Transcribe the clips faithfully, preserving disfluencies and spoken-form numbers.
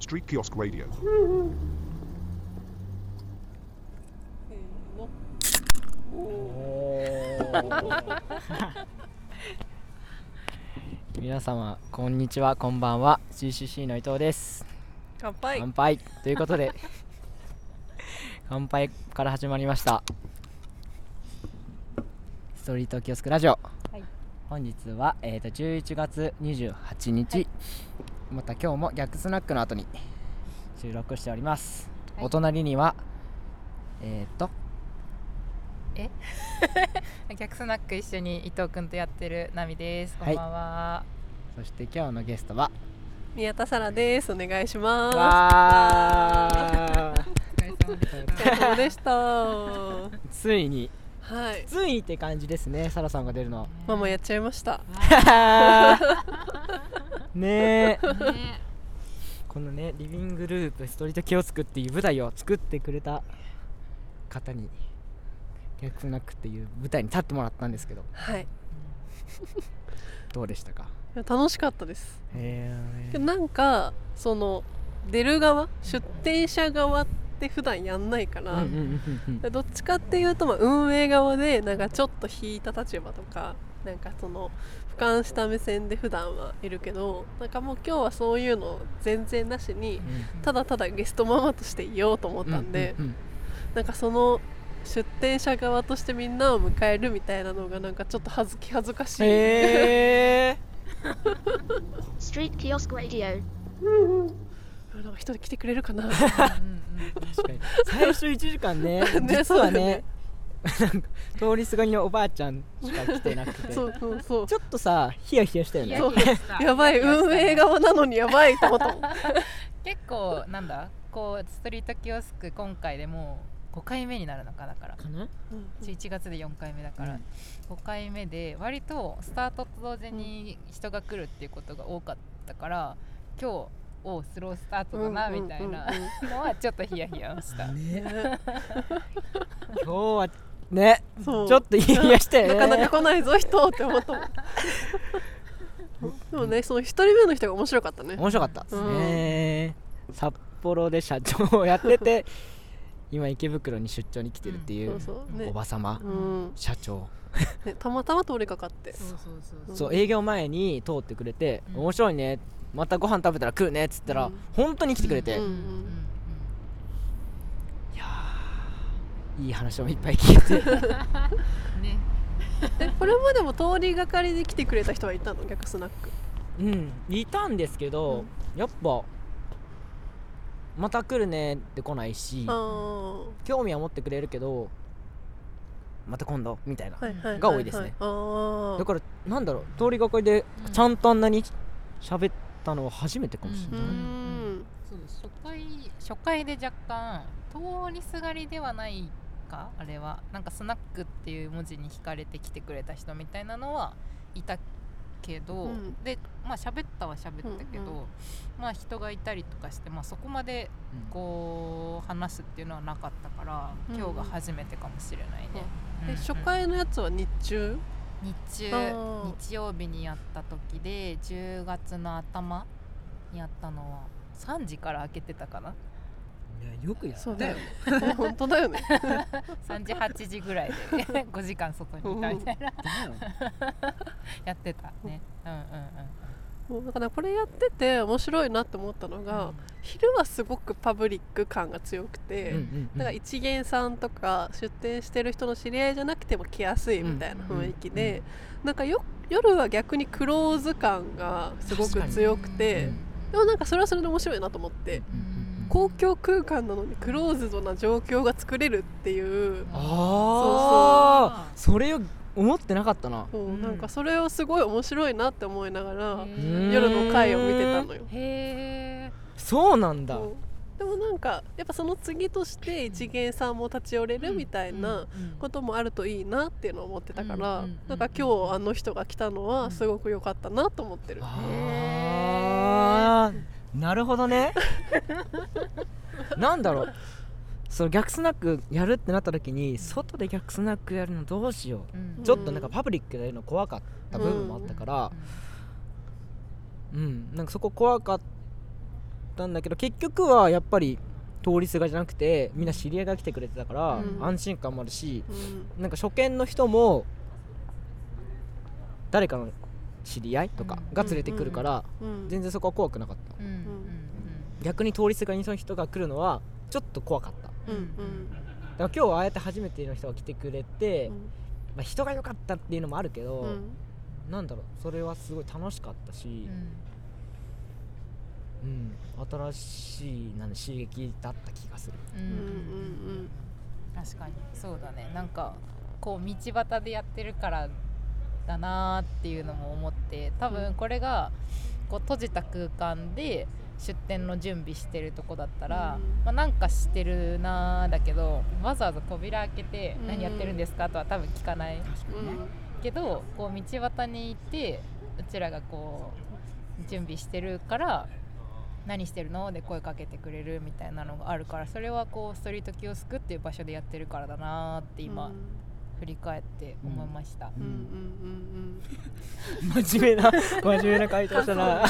Street Kiosk Radio. 皆様こんにちは、こんばんは。 シーシーシー の伊藤です。 乾杯乾杯ということで乾杯から始まりましたストリートキオスクラジオ、はい、本日は、えー、とじゅういちがつにじゅうはちにち、はい、また今日も逆スナックの後に収録しております、はい、お隣にはえっ、ー、とえ逆スナック一緒に伊藤くんとやってるナミです。こんばんは、はい、 そして今日のゲストは宮田沙羅です。お願いします。 わーお疲れ様でした。 ついに、 はい、 ついにって感じですね。沙羅さんが出るのママやっちゃいましたねえこのねリビングループストリートキオスクっていう舞台を作ってくれた方に逆スナックっていう舞台に立ってもらったんですけど、 はい、 どうでしたか？ いや楽しかったです。 へーなんかその出る側、出店者側って普段やんないから、どっちかっていうと、まあ、運営側でなんかちょっと引いた立場とか、なんかその俯瞰した目線で普段はいるけど、なんかもう今日はそういうの全然なしに、うん、ただただゲストママとしていようと思ったんで、うんうんうん、なんかその出店者側としてみんなを迎えるみたいなのがなんかちょっと恥ずき恥ずかしい。 へストリートキオスクラディオ。 うんうん。なんか一人来てくれるかな。うんうん、確かに最初いちじかんね実はねなんか通りすがりのおばあちゃんしか来てなくてそうそうそう、 ちょっとさヒヤヒヤしたよね。 そうやばい、運営側なのにやばいと思ったもん結構なんだこうストリートキオスク今回でもうごかいめになるのかだからかな、じゅういちがつでよんかいめだから、うん、ごかいめで割とスタートと同時に人が来るっていうことが多かったから、今日おスロースタートだなみたいなのはちょっとヒヤヒヤした、ね、 今日はねちょっとヒヤヒヤしたよね。 なかなか来ないぞ人って思ったもんでもね、その一人目の人が面白かったね。 面白かったですね、うん、札幌で社長をやってて今池袋に出張に来てるっていう、うんそうそうね、おばさま、うん、社長、 ね、たまたま通りかかってそうそうそうそう、営業前に通ってくれて、うん、面白いね、またご飯食べたら食うねっつったら、うん、本当に来てくれて、うんうんうん、いやいい話もいっぱい聞いてねえこれまでも通りがかりで来てくれた人はいたの？逆スナック。 うんいたんですけど、うん、やっぱまた来るねって来ないし、興味は持ってくれるけどまた今度みたいなが多いですね。だからなんだろう、通りがかりでちゃんとあんなに喋ったのは初めてかもしれない、うんうん、 そう初回初回で若干通りすがりではないか、あれはなんかスナックっていう文字に惹かれて来てくれた人みたいなのはいたけど、うん、でまあ喋ったは喋ったけど、うんうん、まあ人がいたりとかして、まあ、そこまでこう話すっていうのはなかったから、うん、今日が初めてかもしれないね、 うんうん、で初回のやつは日中日中日曜日にやった時でじゅうがつの頭にやったのはさんじから開けてたかな。 いやよくやったよ。 そうだよね本当だよねさんじはちじぐらいでごじかん外にいたみたいなやってたね。うんうんうんもうだからこれやってて面白いなって思ったのが、うん、昼はすごくパブリック感が強くて、うんうんうん、だから一元さんとか出店してる人の知り合いじゃなくても来やすいみたいな雰囲気で、うんうんうん、なんかよ夜は逆にクローズ感がすごく強くて、うん、でもなんかそれはそれで面白いなと思って、うん、公共空間なのにクローズドな状況が作れるっていう、 ああそれを思ってなかったな。 そう、なんかそれをすごい面白いなって思いながら夜の回を見てたのよ。 へーそうなんだ。 でもなんかやっぱその次として一元さんも立ち寄れるみたいなこともあるといいなっていうのを思ってたから、なんか今日あの人が来たのはすごく良かったなと思ってる。 あーなるほどねなんだろう、その逆スナックやるってなった時に外で逆スナックやるのどうしよう、うん、ちょっとなんかパブリックでやるの怖かった部分もあったから、うん、うん、なんかそこ怖かったんだけど、結局はやっぱり通りすがりじゃなくてみんな知り合いが来てくれてたから、 うん安心感もあるし、 うんなんか初見の人も誰かの知り合いとかが連れてくるから、 うん全然そこは怖くなかった。 うんうん逆に通りすがりの人が来るのはちょっと怖かった。 うんうんだから今日はああやって初めての人が来てくれて、まあ、人が良かったっていうのもあるけど、 うんなんだろう、それはすごい楽しかったし、 うんうん、新しいなんで刺激だった気がする。 うんうんうん確かにそうだね。なんかこう道端でやってるからだなっていうのも思って、多分これがこう閉じた空間で出店の準備してるとこだったら、 うんまあ、なんかしてるなだけど、わざわざ扉開けてうん何やってるんですかとは多分聞かないうんけど、こう道端にいてうちらがこう準備してるから何してるので声かけてくれるみたいなのがあるから、それはこうストリートキオスクっていう場所でやってるからだなって今振り返って思いました。 うんうんうん真面目な真面目な回答したな。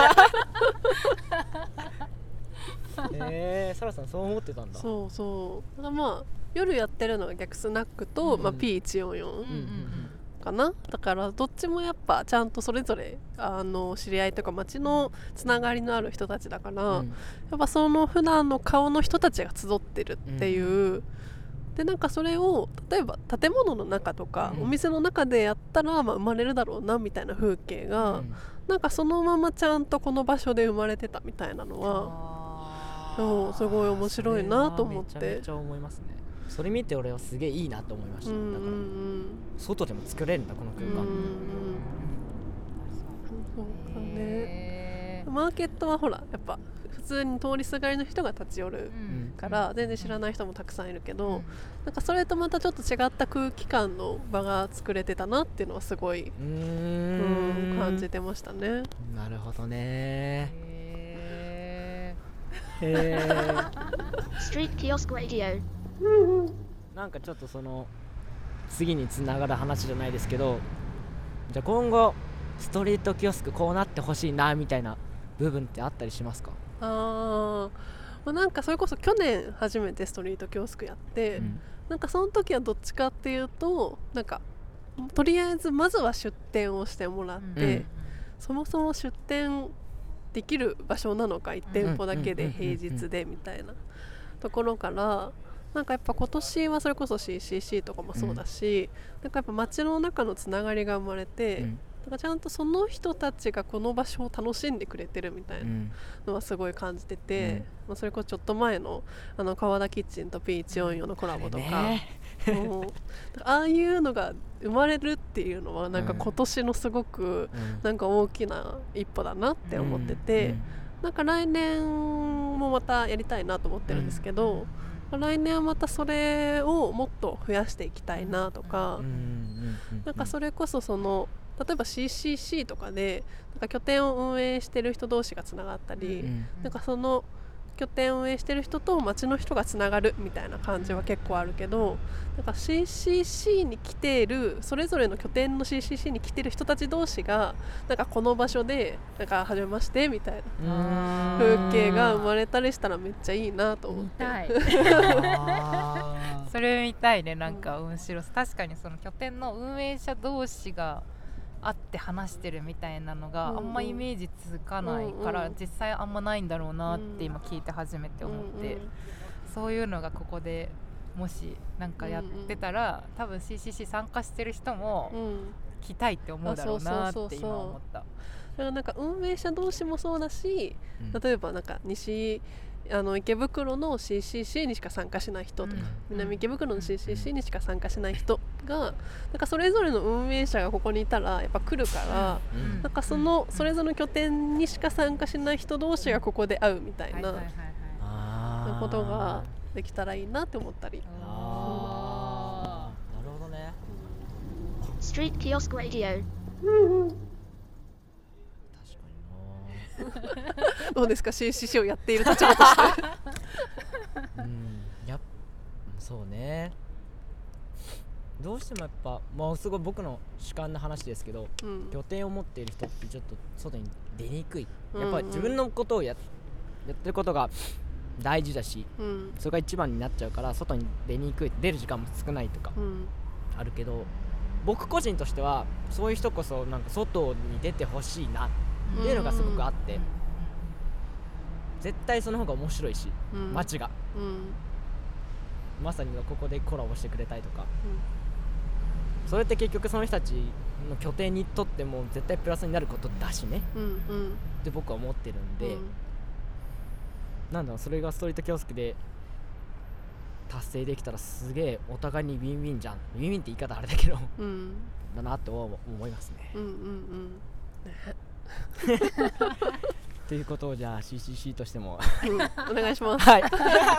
えー、サラさんそう思ってたんだ。 そうそうだからまあ夜やってるのが逆スナックと、 うんまあ、ピーいちよんよんうんうんかな。だからどっちもやっぱちゃんとそれぞれあの知り合いとか街のつながりのある人たちだから、 うんやっぱその普段の顔の人たちが集ってるっていう、でなんかそれを例えば建物の中とか、 うんお店の中でやったら、まあ、生まれるだろうなみたいな風景が、 うんなんかそのままちゃんとこの場所で生まれてたみたいなのは、 あそうすごい面白いなと思っそれはめちゃてめちゃ思いますね。それ見て俺はすげえいいなと思いました。 うんうんだからうん外でも作れるんだこの空間。 うんうんそうかね。 へーマーケットはほらやっぱ普通に通りすがりの人が立ち寄るうんから全然知らない人もたくさんいるけど、 うんなんかそれとまたちょっと違った空気感の場が作れてたなっていうのはすごい、 うーうんん感じてましたね。 なるほどね。 へへえ。 Street Kiosk Radio. なんかちょっとその次につながる話じゃないですけど、じゃあ今後ストリートキオスクこうなってほしいなみたいな部分ってあったりしますか？ あー、まあ、なんかそれこそ去年初めてストリートキオスクやって、 うんなんかその時はどっちかっていうとなんかとりあえずまずは出店をしてもらって、 うんそもそも出店できる場所なのかいち店舗だけでうん平日でみたいなところからなんかやっぱ今年はそれこそ シーシーシー とかもそうだし、なんかやっぱ街の中のつながりが生まれて、 うんなんかちゃんとその人たちがこの場所を楽しんでくれてるみたいなうんのはすごい感じてて、 うんまあ、それこそちょっと前のあの川田キッチンと ピーいちよんよん のコラボとか、 ねうんああいうのが生まれるっていうのはなんか今年のすごくうんなんか大きな一歩だなって思ってて、 うんなんか来年もまたやりたいなと思ってるんですけど、来年はまたそれをもっと増やしていきたいなとか、 うんうんうんなんかそれこそその例えば シーシーシー とかでなんか拠点を運営してる人同士がつながったり、 うんなんかその拠点を運営してる人と街の人がつながるみたいな感じは結構あるけど、なんか シーシーシー に来ているそれぞれの拠点の シーシーシー に来てる人たち同士がなんかこの場所でなんか初めましてみたいな風景が生まれたりしたらめっちゃいいなと思って。 見たいあそれ見たいね。なんか面白そう。確かにその拠点の運営者同士が会って話してるみたいなのがうんうんあんまイメージつかないから、 うんうん実際あんまないんだろうなって今聞いて初めて思って、そういうのがここでもしなんかやってたら、多分 シーシーシー 参加してる人もうんうん来たいって思うだろうなって今思った。 だからなんか運営者同士もそうだし、 うん例えばなんか西あの池袋の シーシーシー にしか参加しない人とか、 うん南池袋の シーシーシー にしか参加しない人がなんかそれぞれの運営者がここにいたらやっぱ来るから、 うんなんかそのそれぞれの拠点にしか参加しない人同士がここで会うみたいなはいはいはいはいあーことができたらいいなって思ったり。 あーなるほどね。 Street Kiosk Radio. 確かにな。 どうですか シーシーシー をやっている立場としてうんやっそうね。どうしてもやっぱもうすごい僕の主観の話ですけど、 うん拠点を持っている人ってちょっと外に出にくい。 うんやっぱり自分のことをややってることが大事だし、 うん、 それが一番になっちゃうから外に出にくい、出る時間も少ないとかあるけど、うん、僕個人としてはそういう人こそなんか外に出てほしいなっていうのがすごくあって、うん、絶対その方が面白いし、うん、街が、うん、まさにここでコラボしてくれたりとか、うん、それって結局その人たちの拠点にとっても絶対プラスになることだしね、うんうん、って僕は思ってるんで、うん、なんだろう、それがストリートキオスクで達成できたらすげえお互いにウィンウィンじゃん、ウィンウィンって言い方あれだけど、うん、だなって思いますね。うんうんうんということをじゃあ シーシーシー としても、 うん、お願いします。 はい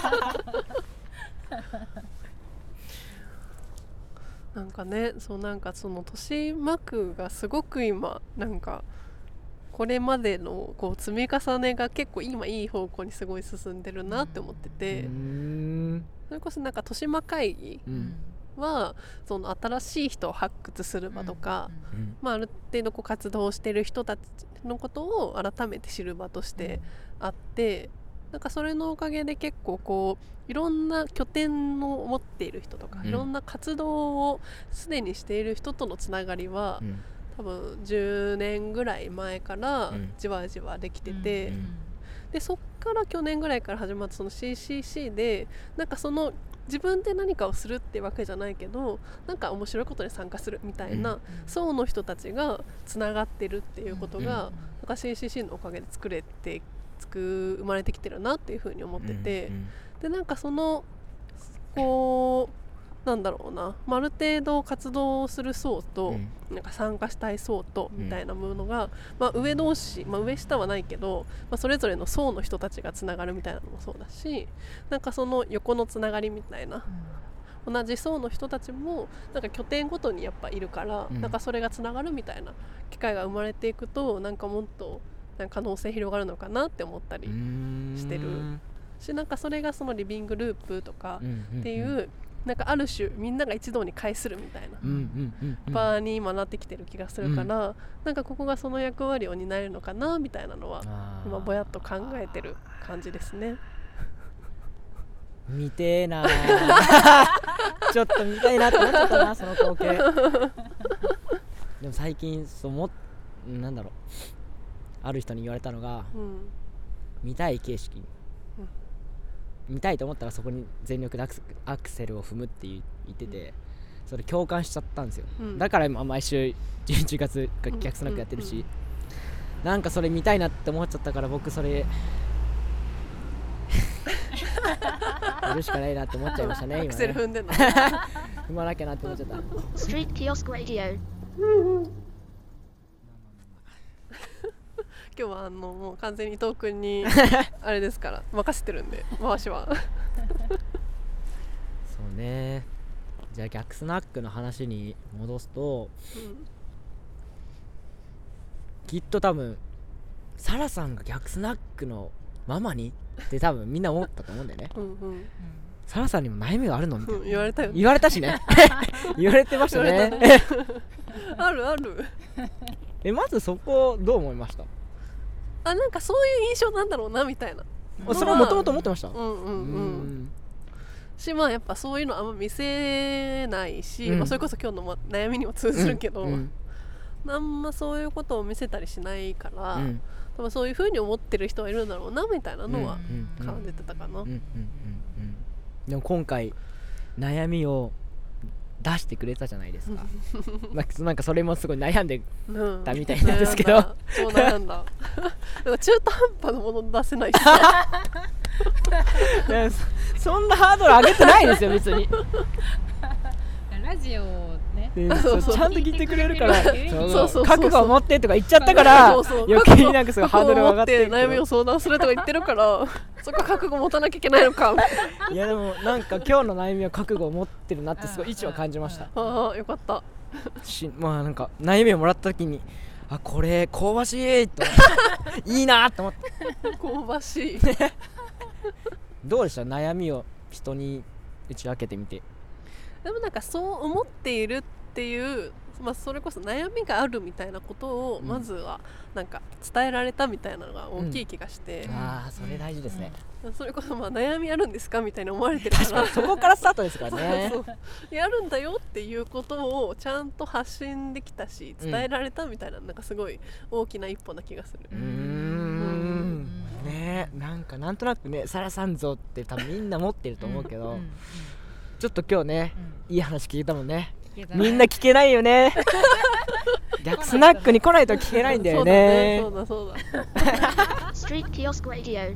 なんかね、そうなんかその豊島区がすごく今なんかこれまでのこう積み重ねが結構今いい方向にすごい進んでるなって思ってて、うーん、それこそなんか豊島会議は、うん、その新しい人を発掘する場とか、うんうんまあ、ある程度こう活動してる人たちのことを改めて知る場としてあって、なんかそれのおかげで結構こういろんな拠点を持っている人とか、うん、いろんな活動をすでにしている人とのつながりは、うん、多分じゅうねんぐらい前からじわじわできてて、うんうん、でそっから去年ぐらいから始まったその シーシーシー でなんかその自分で何かをするってわけじゃないけどなんか面白いことに参加するみたいな、うん、層の人たちがつながってるっていうことが、うん、なんか シーシーシー のおかげで作れてつく生まれてきてるなっていうふうに思ってて、うんうん、でなんかそのこうなんだろうな、ある程度活動する層と、うん、なんか参加したい層とみたいなものが、うんまあ、上同士、まあ、上下はないけど、まあ、それぞれの層の人たちがつながるみたいなのもそうだし、なんかその横のつながりみたいな、うん、同じ層の人たちもなんか拠点ごとにやっぱいるから、うん、なんかそれがつながるみたいな機会が生まれていくとなんかもっとなんか可能性広がるのかなって思ったりしてるし、なんかそれがそのリビングループとかっていう、うんうんうん、なんかある種みんなが一堂に会するみたいな場に今なってきてる気がするから、うん、なんかここがその役割を担えるのかなみたいなのは今ぼやっと考えてる感じですね。 見てーなちょっと見たいなってなっちゃったなその光景でも最近そうもなんだろうある人に言われたのが、うん、見たい形式、うん、見たいと思ったらそこに全力でアクセ、アクセルを踏むって言ってて、うん、それ共感しちゃったんですよ、うん、だから今毎週じゅういちがつが逆スナックやってるし、うんうんうん、なんかそれ見たいなって思っちゃったから僕それやるしかないなって思っちゃいましたね今ね。 アクセル踏んでんの踏まなきゃなって思っちゃったストリートキオスクラディオ今日はあのもう完全に伊藤君にあれですから任せてるんで回しはそうね。じゃあ逆スナックの話に戻すと、うん、きっと多分サラさんが逆スナックのママにって多分みんな思ったと思うんだよねうん、うん、サラさんにも悩みがあるのみたいな、うん、 言われたよ、ね、 言われたしね言われてましたねあるあるえまずそこどう思いました？ あ、なんかそういう印象なんだろうなみたいな、 あそれはもともと思ってました。 うんうんうん、うん、しまあやっぱそういうのあんま見せないし、うんまあ、それこそ今日の悩みにも通ずるけど、うんうん、あんまそういうことを見せたりしないから、うん、多分そういう風に思ってる人はいるんだろうなみたいなのは感じてたかな。 でも今回悩みを出してくれたじゃないですかなんかそれもすごい悩んでたみたいなんですけど、うん、 そう悩んだなんか中途半端なもの出せないしそ, そんなハードル上げてないですよ別にラジオをねそうそうちゃんと聞いてくれるから覚悟を持ってとか言っちゃったからそうそう余計になんかすごいハードルが上がってる悩みを相談するとか言ってるからそこ覚悟持たなきゃいけないのかいやでもなんか今日の悩みは覚悟を持ってるなってすごい位置は感じましたああよかったしまあなんか悩みをもらった時にあこれ香ばしいといいなと思って香ばしいどうでした悩みを人に打ち明けてみて。 でもなんかそう思っているっていうまあ、それこそ悩みがあるみたいなことをまずはなんか伝えられたみたいなのが大きい気がして、 うん、ああそれ大事ですね、 うん、それこそまあ悩みあるんですかみたいに思われてるからそこからスタートですからねそうそうやるんだよっていうことをちゃんと発信できたし伝えられたみたいな、うん、なんかすごい大きな一歩な気がする。 うーんねえなんかなんとなくねサラさん像って多分みんな持ってると思うけど、うんうん、ちょっと今日ね、うん、いい話聞いたもんね。みんな聞けないよね逆スナックに来ないと聞けないんだよね。 そうだそうだそうだストリートキオスクラディオ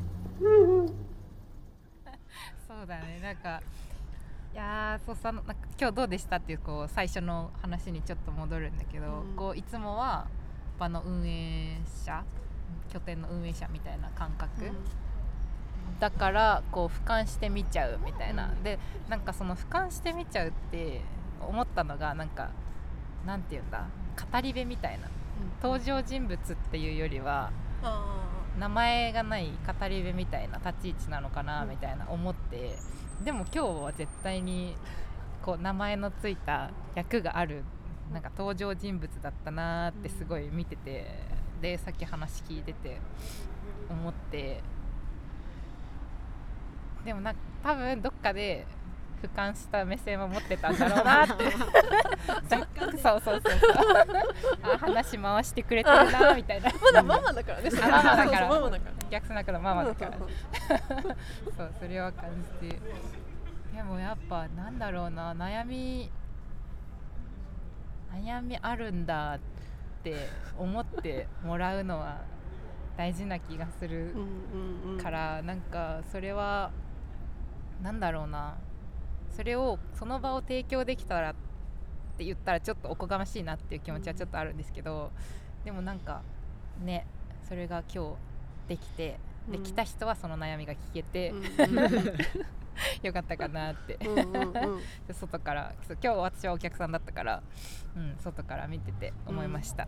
そうだねなんかいやそうさなんか今日どうでしたっていうこう最初の話にちょっと戻るんだけど、うん、こういつもは場の運営者拠点の運営者みたいな感覚、うん、だからこう俯瞰して見ちゃうみたいな、うん、でなんかその俯瞰して見ちゃうって思ったのがなんかなんていうんだ語り部みたいな、うん、登場人物っていうよりは名前がない語り部みたいな立ち位置なのかなみたいな思って、うん、でも今日は絶対にこう名前のついた役があるなんか登場人物だったなってすごい見てて、うん、でさっき話聞いてて思ってでもなんか多分どっかで俯瞰した目線を持ってたんだろうなってそうそうそうそうあ話回してくれてるなみたいなまだママだからねママだから逆スナックのママだからそうそれは感じてでもやっぱなんだろうな悩み悩みあるんだって思ってもらうのは大事な気がするから、なんかそれはなんだろうなそれをその場を提供できたらって言ったらちょっとおこがましいなっていう気持ちはちょっとあるんですけど、でもなんかねそれが今日できてできた人はその悩みが聞けて、うん、よかったかなってうんうん、うん、外から今日私はお客さんだったから、うん、外から見てて思いました、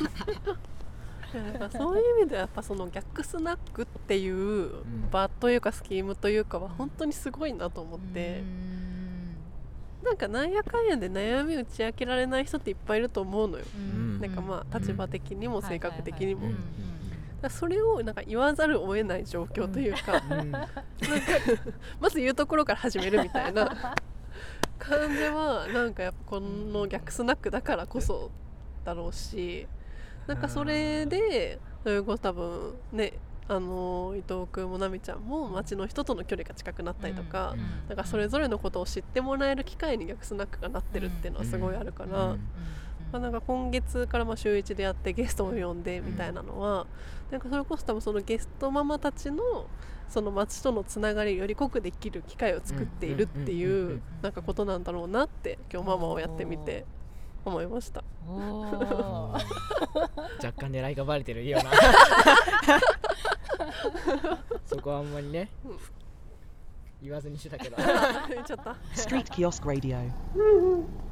うん、そういう意味ではやっぱその逆スナックっていう場というかスキームというかは本当にすごいなと思って、うん、なんかなんやかんやで悩み打ち明けられない人っていっぱいいると思うのよ、うん、なんかまあ立場的にも性格的にも、それをなんか言わざるを得ない状況というか、うん、なんかまず言うところから始めるみたいな感じはなんかやっぱこの逆スナックだからこそだろうし、なんかそれでそれこそ多分ねあの伊藤君も奈美ちゃんも街の人との距離が近くなったりとか、うん、なんかそれぞれのことを知ってもらえる機会に逆スナックがなってるっていうのはすごいあるから、うんうんまあ、なんか今月からまあ週いちでやってゲストも呼んでみたいなのは、なんかそれこそ多分そのゲストママたちのその街とのつながりをより濃くできる機会を作っているっていうなんかことなんだろうなって今日ママをやってみて思いました。 お若干狙いがバレてるようなそこはあんまりね、うん、言わずにしてたけど言っちゃった。 Street Kiosk Radio